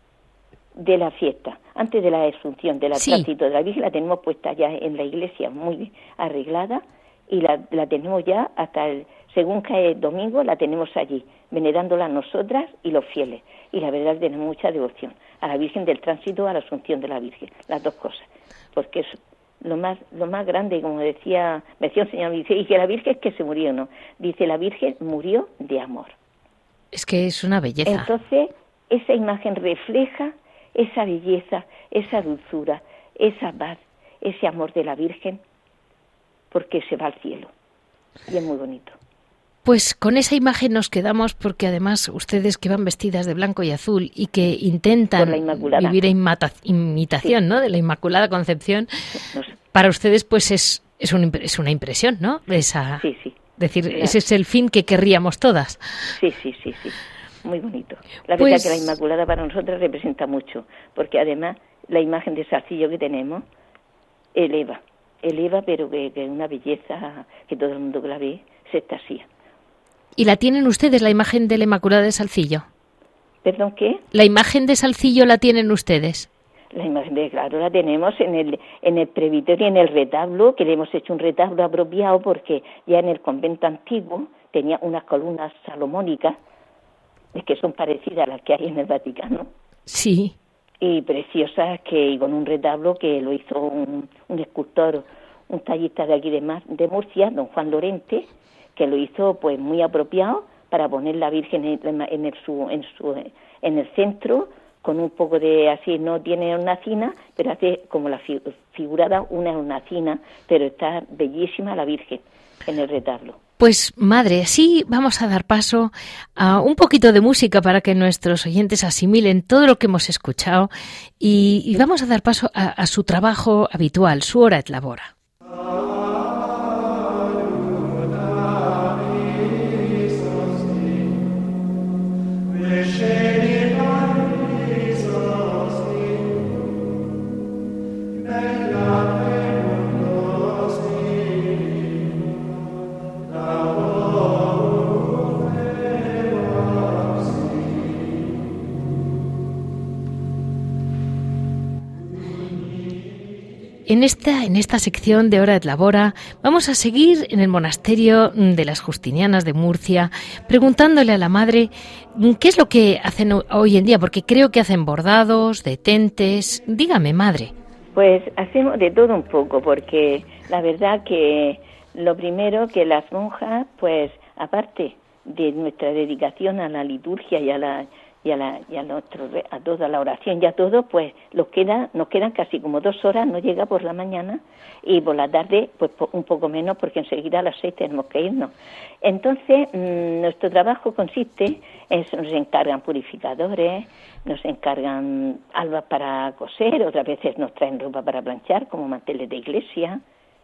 de la fiesta, antes de la Asunción, del sí. tránsito de la Virgen, la tenemos puesta ya en la iglesia muy arreglada y la, la tenemos ya hasta el, según cae el domingo, la tenemos allí, venerándola nosotras y los fieles. Y la verdad es que tenemos mucha devoción a la Virgen del Tránsito, a la Asunción de la Virgen, las dos cosas, porque es lo más lo más grande, como decía, me decía un señor, dice, y que la Virgen es que se murió, no, dice la Virgen murió de amor. Es que es una belleza. Entonces, esa imagen refleja esa belleza, esa dulzura, esa paz, ese amor de la Virgen, porque se va al cielo. Y es muy bonito. Pues con esa imagen nos quedamos, porque además ustedes que van vestidas de blanco y azul y que intentan vivir en imitación, sí. ¿no?, de la Inmaculada Concepción, no sé. Para ustedes pues es es, un, es una impresión, ¿no? Esa, sí, sí. decir, claro. Ese es el fin que querríamos todas. Sí, sí, sí, sí. Muy bonito. La pues, verdad que la Inmaculada para nosotros representa mucho, porque además la imagen de zarcillo que tenemos eleva, eleva, pero que es una belleza que todo el mundo que la ve se extasía. ¿Y la tienen ustedes, la imagen de la Inmaculada de Salcillo? ¿Perdón, qué? ¿La imagen de Salcillo la tienen ustedes? La imagen de claro la tenemos en el en el presbiterio y en el retablo, que le hemos hecho un retablo apropiado porque ya en el convento antiguo tenía unas columnas salomónicas que son parecidas a las que hay en el Vaticano. Sí. Y preciosas, que y con un retablo que lo hizo un, un escultor, un tallista de aquí de, Mar, de Murcia, don Juan Lorente, que lo hizo pues muy apropiado para poner la Virgen en, en, el, su, en, su, en el centro, con un poco de así, no tiene hornacina, pero hace como la fi, figurada una hornacina, pero está bellísima la Virgen en el retablo. Pues madre, sí, vamos a dar paso a un poquito de música para que nuestros oyentes asimilen todo lo que hemos escuchado y, y vamos a dar paso a, a su trabajo habitual, su hora et labora. En esta, en esta sección de Hora et Labora vamos a seguir en el monasterio de las Justinianas de Murcia preguntándole a la madre qué es lo que hacen hoy en día, porque creo que hacen bordados, detentes. Dígame, madre. Pues hacemos de todo un poco, porque la verdad que lo primero que las monjas, pues aparte de nuestra dedicación a la liturgia y a la y a la y a nuestro a toda la oración y a todo, pues nos queda nos quedan casi como dos horas, no llega por la mañana, y por la tarde pues un poco menos, porque enseguida a las seis tenemos que irnos. Entonces mmm, nuestro trabajo consiste en nos encargan purificadores, nos encargan albas para coser, otras veces nos traen ropa para planchar como manteles de iglesia.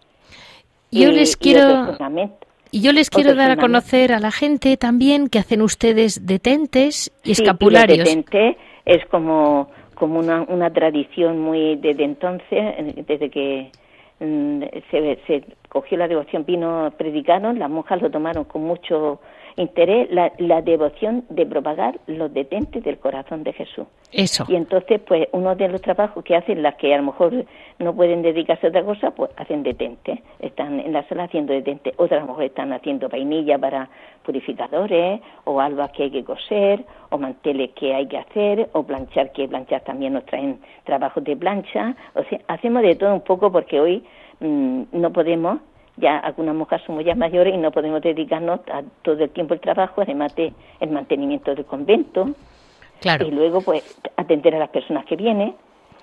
Yo y, les quiero Y yo les quiero dar a conocer a la gente también que hacen ustedes detentes y sí, escapularios. Y el detente es como, como una, una tradición muy desde entonces, desde que mm, se, se cogió la devoción, vino, predicaron, las monjas lo tomaron con mucho interés, la, la devoción de propagar los detentes del corazón de Jesús. Eso. Y entonces, pues, uno de los trabajos que hacen las que a lo mejor no pueden dedicarse a otra cosa, pues hacen detentes. Están en la sala haciendo detentes. Otras a lo mejor están haciendo vainilla para purificadores, o albas que hay que coser, o manteles que hay que hacer, o planchar, que planchar también nos traen trabajos de plancha. O sea, hacemos de todo un poco, porque hoy mmm, no podemos, ya algunas monjas somos ya mayores y no podemos dedicarnos a todo el tiempo el trabajo, además de el mantenimiento del convento. Claro. Y luego, pues, atender a las personas que vienen.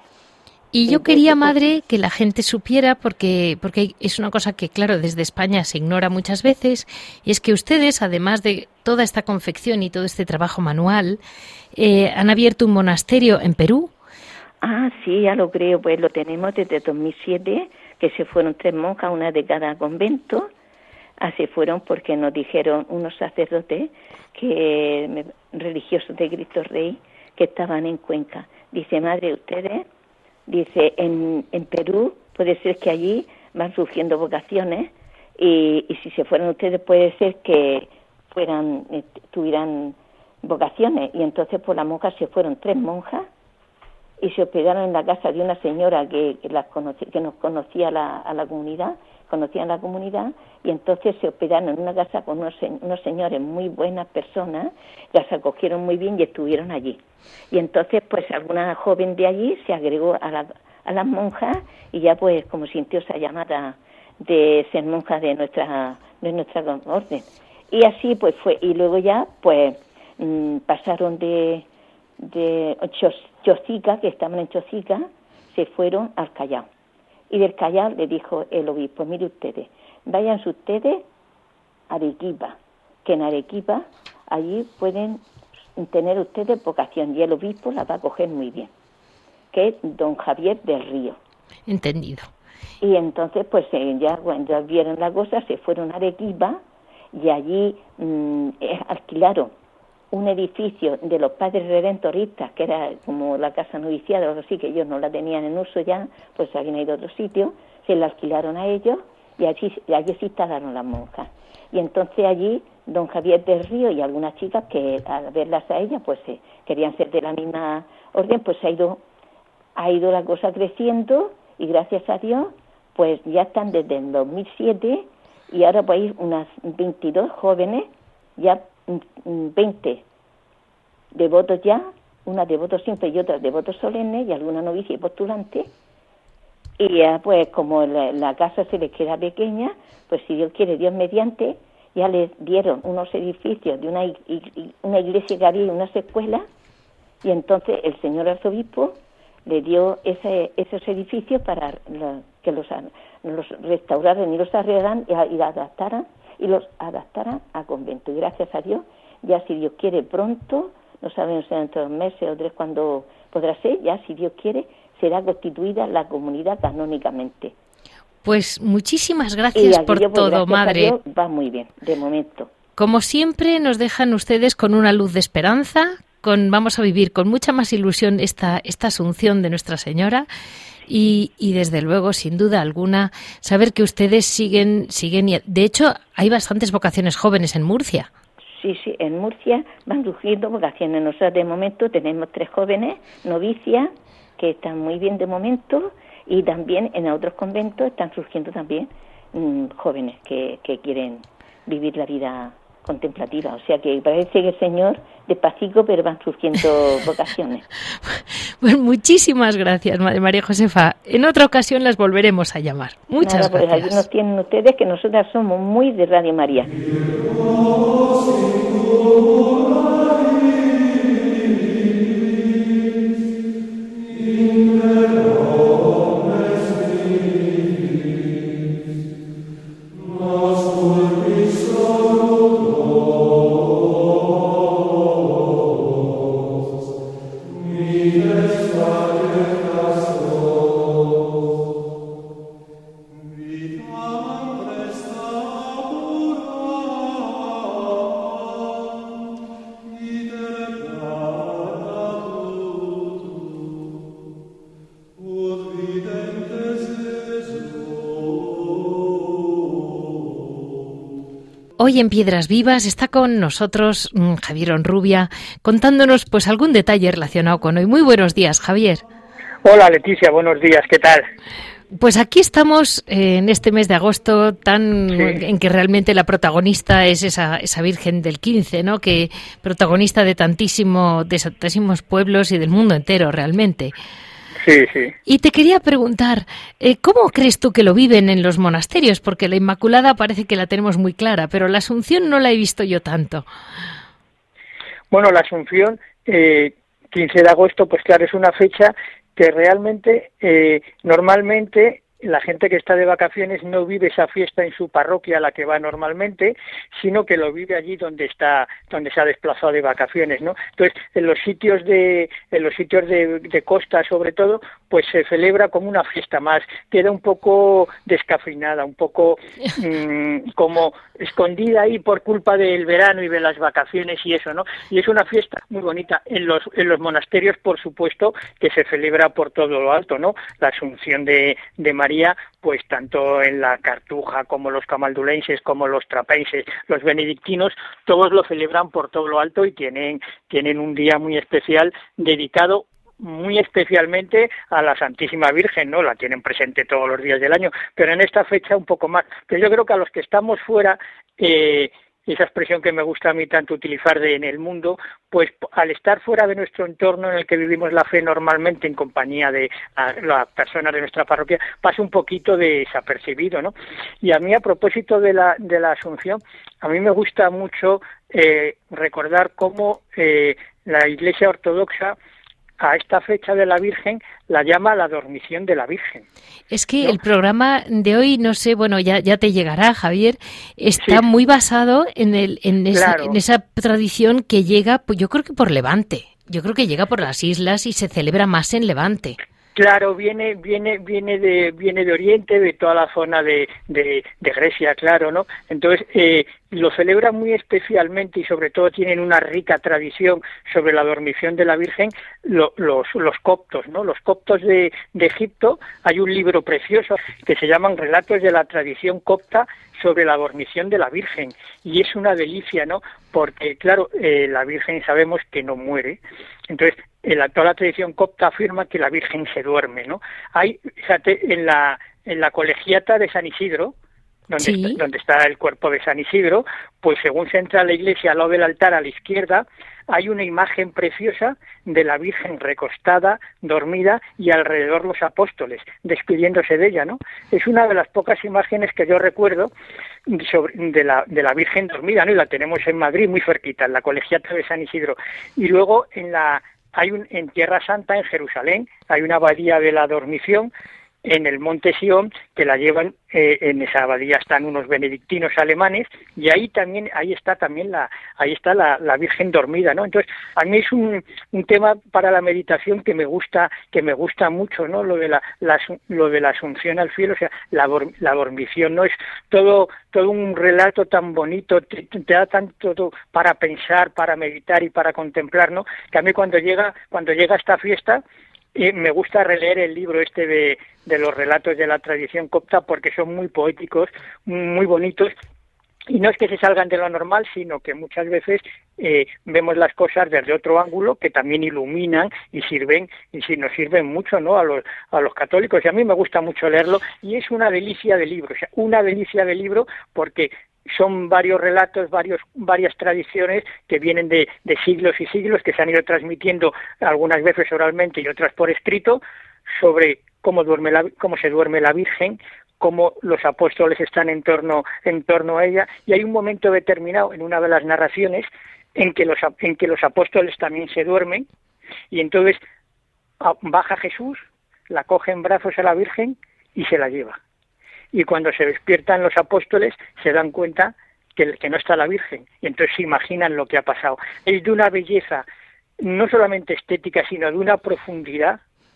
Y yo quería, madre, que la gente supiera, porque porque es una cosa que, claro, desde España se ignora muchas veces, y es que ustedes, además de toda esta confección y todo este trabajo manual, eh, han abierto un monasterio en Perú. Ah, sí, ya lo creo, pues lo tenemos desde dos mil siete, que se fueron tres monjas, una de cada convento. Así fueron porque nos dijeron unos sacerdotes que religiosos de Cristo Rey que estaban en Cuenca. Dice, madre, ustedes, dice, en, en Perú puede ser que allí van surgiendo vocaciones y, y si se fueran ustedes puede ser que fueran eh, tuvieran vocaciones. Y entonces por las monjas se fueron tres monjas y se hospedaron en la casa de una señora que, que, las conocí, que nos conocía a la, a la comunidad, conocían la comunidad, y entonces se hospedaron en una casa con unos, unos señores muy buenas personas, las acogieron muy bien y estuvieron allí. Y entonces pues alguna joven de allí se agregó a, la, a las monjas y ya pues como sintió esa llamada de ser monja de nuestra, de nuestra orden. Y así pues fue, y luego ya pues mmm, pasaron de... de Chosica, que estaban en Chosica, se fueron al Callao. Y del Callao le dijo el obispo, mire ustedes, váyanse ustedes a Arequipa, que en Arequipa allí pueden tener ustedes vocación, y el obispo la va a coger muy bien, que es don Javier del Río. Entendido. Y entonces pues ya cuando vieron la cosa se fueron a Arequipa y allí mmm, alquilaron un edificio de los padres redentoristas, que era como la casa noviciada o algo así, que ellos no la tenían en uso ya, pues habían ido a otro sitio, se la alquilaron a ellos y allí, allí se instalaron las monjas. Y entonces allí don Javier del Río y algunas chicas que al verlas a ellas pues eh, querían ser de la misma orden, pues se ha ido ha ido la cosa creciendo y gracias a Dios, pues ya están desde el dos mil siete y ahora pues hay unas veintidós jóvenes, ya veinte devotos ya, unas devotos simples y otras devotos solemnes y alguna novicia y postulante. Y ya pues como la, la casa se les queda pequeña, pues si Dios quiere, Dios mediante, ya les dieron unos edificios de una, una iglesia que había y unas escuelas, y entonces el señor arzobispo le dio ese, esos edificios para la, que los, los restauraran y los arreglaran y, y adaptaran y los adaptaran a convento. Y gracias a Dios, ya si Dios quiere pronto, no sabemos si dentro de dos meses o tres cuándo podrá ser, ya si Dios quiere, será constituida la comunidad canónicamente. Pues muchísimas gracias por yo, pues, todo, gracias madre. A Dios, va muy bien, de momento. Como siempre, nos dejan ustedes con una luz de esperanza. Con, vamos a vivir con mucha más ilusión esta, esta Asunción de Nuestra Señora y, y desde luego, sin duda alguna, saber que ustedes siguen, siguen y de hecho hay bastantes vocaciones jóvenes en Murcia. Sí, sí, en Murcia van surgiendo vocaciones. Nosotros de momento tenemos tres jóvenes novicias que están muy bien de momento y también en otros conventos están surgiendo también mmm, jóvenes que, que quieren vivir la vida contemplativa, o sea que parece que el Señor despacito, pero van surgiendo vocaciones. Pues muchísimas gracias, Madre María Josefa. En otra ocasión las volveremos a llamar. Muchas Nada, gracias. Pues aquí nos tienen ustedes, que nosotras somos muy de Radio María. Hoy en Piedras Vivas está con nosotros mmm, Javier Onrubia, contándonos pues algún detalle relacionado con hoy. Muy buenos días, Javier. Hola, Leticia, buenos días, ¿qué tal? Pues aquí estamos eh, en este mes de agosto tan sí. en que realmente la protagonista es esa esa Virgen del quince, ¿no? Que protagonista de tantísimo de tantísimos pueblos y del mundo entero realmente. Sí, sí. Y te quería preguntar, eh, ¿cómo crees tú que lo viven en los monasterios? Porque la Inmaculada parece que la tenemos muy clara, pero la Asunción no la he visto yo tanto. Bueno, la Asunción, eh, quince de agosto, pues claro, es una fecha que realmente, eh, normalmente, la gente que está de vacaciones no vive esa fiesta en su parroquia a la que va normalmente, sino que lo vive allí donde está, donde se ha desplazado de vacaciones, ¿no? Entonces, en los sitios de, en los sitios de, de costa, sobre todo, pues se celebra como una fiesta más, queda un poco descafeinada, un poco mmm, como escondida ahí por culpa del verano y de las vacaciones y eso, ¿no? Y es una fiesta muy bonita. En los, en los monasterios, por supuesto, que se celebra por todo lo alto, ¿no? La Asunción de, de María, pues tanto en la Cartuja como los camaldulenses, como los trapenses, los benedictinos, todos lo celebran por todo lo alto y tienen, tienen un día muy especial dedicado muy especialmente a la Santísima Virgen, ¿no? La tienen presente todos los días del año, pero en esta fecha un poco más. Pero yo creo que a los que estamos fuera, eh, esa expresión que me gusta a mí tanto utilizar de en el mundo, pues al estar fuera de nuestro entorno en el que vivimos la fe normalmente en compañía de a, las personas de nuestra parroquia, pasa un poquito desapercibido, ¿no? Y a mí, a propósito de la, de la Asunción, a mí me gusta mucho eh, recordar cómo eh, la Iglesia Ortodoxa a esta fecha de la Virgen la llama la dormición de la Virgen. Es que ¿no? El programa de hoy, no sé, bueno, ya ya te llegará, Javier, está sí. muy basado en el en esa, claro. en esa tradición que llega, pues yo creo que por Levante. Yo creo que llega por las islas y se celebra más en Levante. Claro, viene viene viene de viene de Oriente, de toda la zona de de, de Grecia, claro, ¿no? Entonces eh, lo celebran muy especialmente y sobre todo tienen una rica tradición sobre la dormición de la Virgen lo, los los coptos, ¿no? Los coptos de, de Egipto. Hay un libro precioso que se llaman Relatos de la tradición copta sobre la dormición de la Virgen y es una delicia, ¿no? Porque claro, eh, la Virgen sabemos que no muere, entonces en la, toda la tradición copta afirma que la Virgen se duerme, ¿no? Hay, fíjate, en la, en la colegiata de San Isidro, donde, sí. está, donde está el cuerpo de San Isidro, pues según se entra a la iglesia, al lado del altar, a la izquierda, hay una imagen preciosa de la Virgen recostada, dormida, y alrededor los apóstoles, despidiéndose de ella, ¿no? Es una de las pocas imágenes que yo recuerdo sobre, de, la, de la Virgen dormida, ¿no? Y la tenemos en Madrid, muy cerquita, en la colegiata de San Isidro. Y luego en la hay un, en Tierra Santa, en Jerusalén, hay una abadía de la Dormición, en el Monte Sión, que la llevan, eh, en esa abadía están unos benedictinos alemanes, y ahí también, ahí está también la, ahí está la, la Virgen dormida, ¿no? Entonces, a mí es un, un tema para la meditación que me gusta, que me gusta mucho, ¿no? Lo de la, la lo de la asunción al cielo, o sea, la, la dormición, ¿no? Es todo, todo un relato tan bonito, te, te da tanto para pensar, para meditar y para contemplar, ¿no? Que a mí cuando llega, cuando llega esta fiesta, y me gusta releer el libro este de, de los relatos de la tradición copta porque son muy poéticos, muy bonitos, y no es que se salgan de lo normal, sino que muchas veces eh, vemos las cosas desde otro ángulo que también iluminan y sirven, y si nos sirven mucho, ¿no? a los a los católicos, y a mí me gusta mucho leerlo, y es una delicia de libro, o sea, una delicia de libro porque son varios relatos, varios, varias tradiciones que vienen de, de siglos y siglos, que se han ido transmitiendo algunas veces oralmente y otras por escrito, sobre cómo duerme la, cómo se duerme la Virgen, cómo los apóstoles están en torno, en torno a ella, y hay un momento determinado en una de las narraciones en que los, en que los apóstoles también se duermen, y entonces baja Jesús, la coge en brazos a la Virgen y se la lleva. Y cuando se despiertan los apóstoles se dan cuenta que, que no está la Virgen, y entonces se imaginan lo que ha pasado. Es de una belleza no solamente estética, sino de una profundidad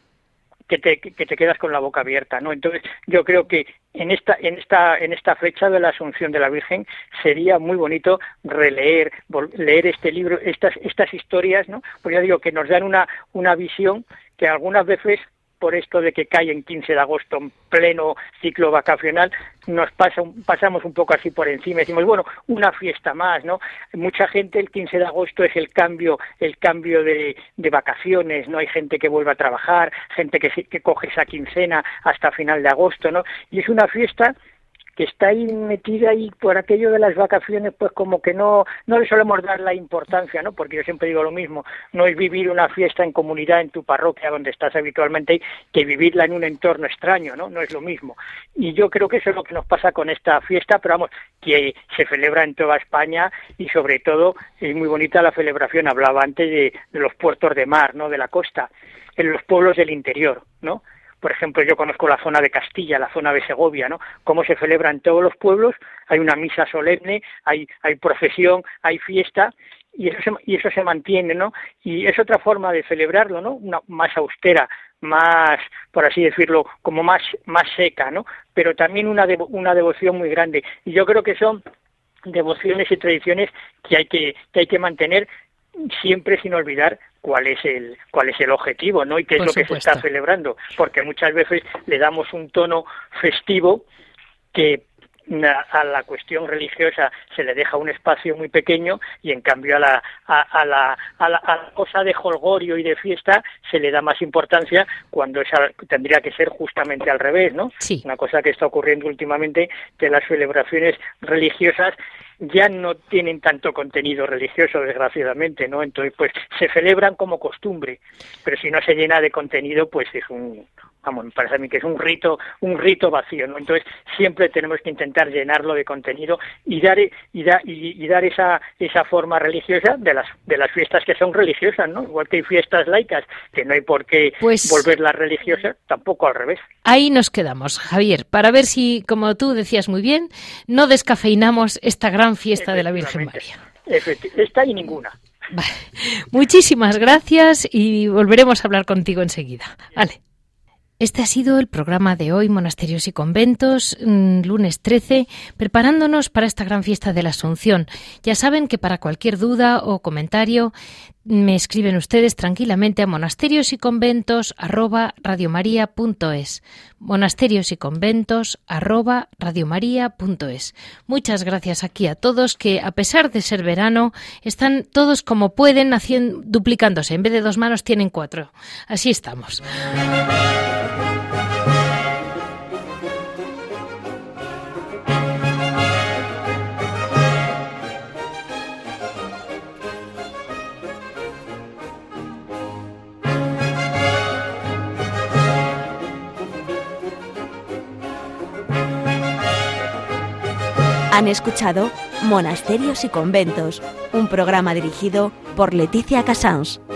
que te, que te quedas con la boca abierta, ¿no? Entonces yo creo que en esta en esta en esta fecha de la Asunción de la Virgen sería muy bonito releer, leer este libro, estas estas historias, ¿no? Pues ya digo que nos dan una una visión que algunas veces, por esto de que cae en quince de agosto en pleno ciclo vacacional, nos pasa pasamos un poco así por encima, decimos, bueno, una fiesta más, ¿no? Mucha gente el quince de agosto es el cambio el cambio de, de vacaciones, ¿no? Hay gente que vuelve a trabajar, gente que, que coge esa quincena hasta final de agosto, ¿no? Y es una fiesta que está ahí metida, y por aquello de las vacaciones pues como que no no le solemos dar la importancia, ¿no? Porque yo siempre digo lo mismo, no es vivir una fiesta en comunidad en tu parroquia donde estás habitualmente que vivirla en un entorno extraño, ¿no? No es lo mismo. Y yo creo que eso es lo que nos pasa con esta fiesta, pero vamos, que se celebra en toda España, y sobre todo es muy bonita la celebración, hablaba antes de, de los puertos de mar, ¿no? De la costa, en los pueblos del interior, ¿no? Por ejemplo, yo conozco la zona de Castilla, la zona de Segovia, ¿no? Cómo se celebra en todos los pueblos, hay una misa solemne, hay hay procesión, hay fiesta, y eso se, y eso se mantiene, ¿no? Y es otra forma de celebrarlo, ¿no? Una, más austera, más, por así decirlo, como más más seca, ¿no? Pero también una devo, una devoción muy grande. Y yo creo que son devociones y tradiciones que hay que que hay que mantener, siempre sin olvidar cuál es el cuál es el objetivo, ¿no? Y qué es lo que se está celebrando, porque muchas veces le damos un tono festivo que a la cuestión religiosa se le deja un espacio muy pequeño, y en cambio a la a, a la a la, a la cosa de jolgorio y de fiesta se le da más importancia, cuando esa tendría que ser justamente al revés, ¿no? Sí. Una cosa que está ocurriendo últimamente, que las celebraciones religiosas ya no tienen tanto contenido religioso, desgraciadamente, ¿no? Entonces, pues se celebran como costumbre, pero si no se llena de contenido, pues es un, vamos, me parece a mí que es un rito, un rito vacío, ¿no? Entonces, siempre tenemos que intentar llenarlo de contenido y dar y dar y, y dar esa esa forma religiosa de las de las fiestas que son religiosas, ¿no? Igual que hay fiestas laicas que no hay por qué pues volverlas religiosas, tampoco al revés. Ahí nos quedamos, Javier, para ver si, como tú decías muy bien, no descafeinamos esta gran fiesta de la Virgen María. Esta y ninguna. Vale. Muchísimas gracias, y volveremos a hablar contigo enseguida. Vale. Este ha sido el programa de hoy, Monasterios y Conventos, lunes trece, preparándonos para esta gran fiesta de la Asunción. Ya saben que para cualquier duda o comentario me escriben ustedes tranquilamente a monasterios y conventos arroba radiomaria punto es. Monasterios y conventos arroba radiomaria punto es. Muchas gracias aquí a todos que, a pesar de ser verano, están todos como pueden haciendo, duplicándose. En vez de dos manos tienen cuatro. Así estamos. Han escuchado Monasterios y Conventos, un programa dirigido por Leticia Casans.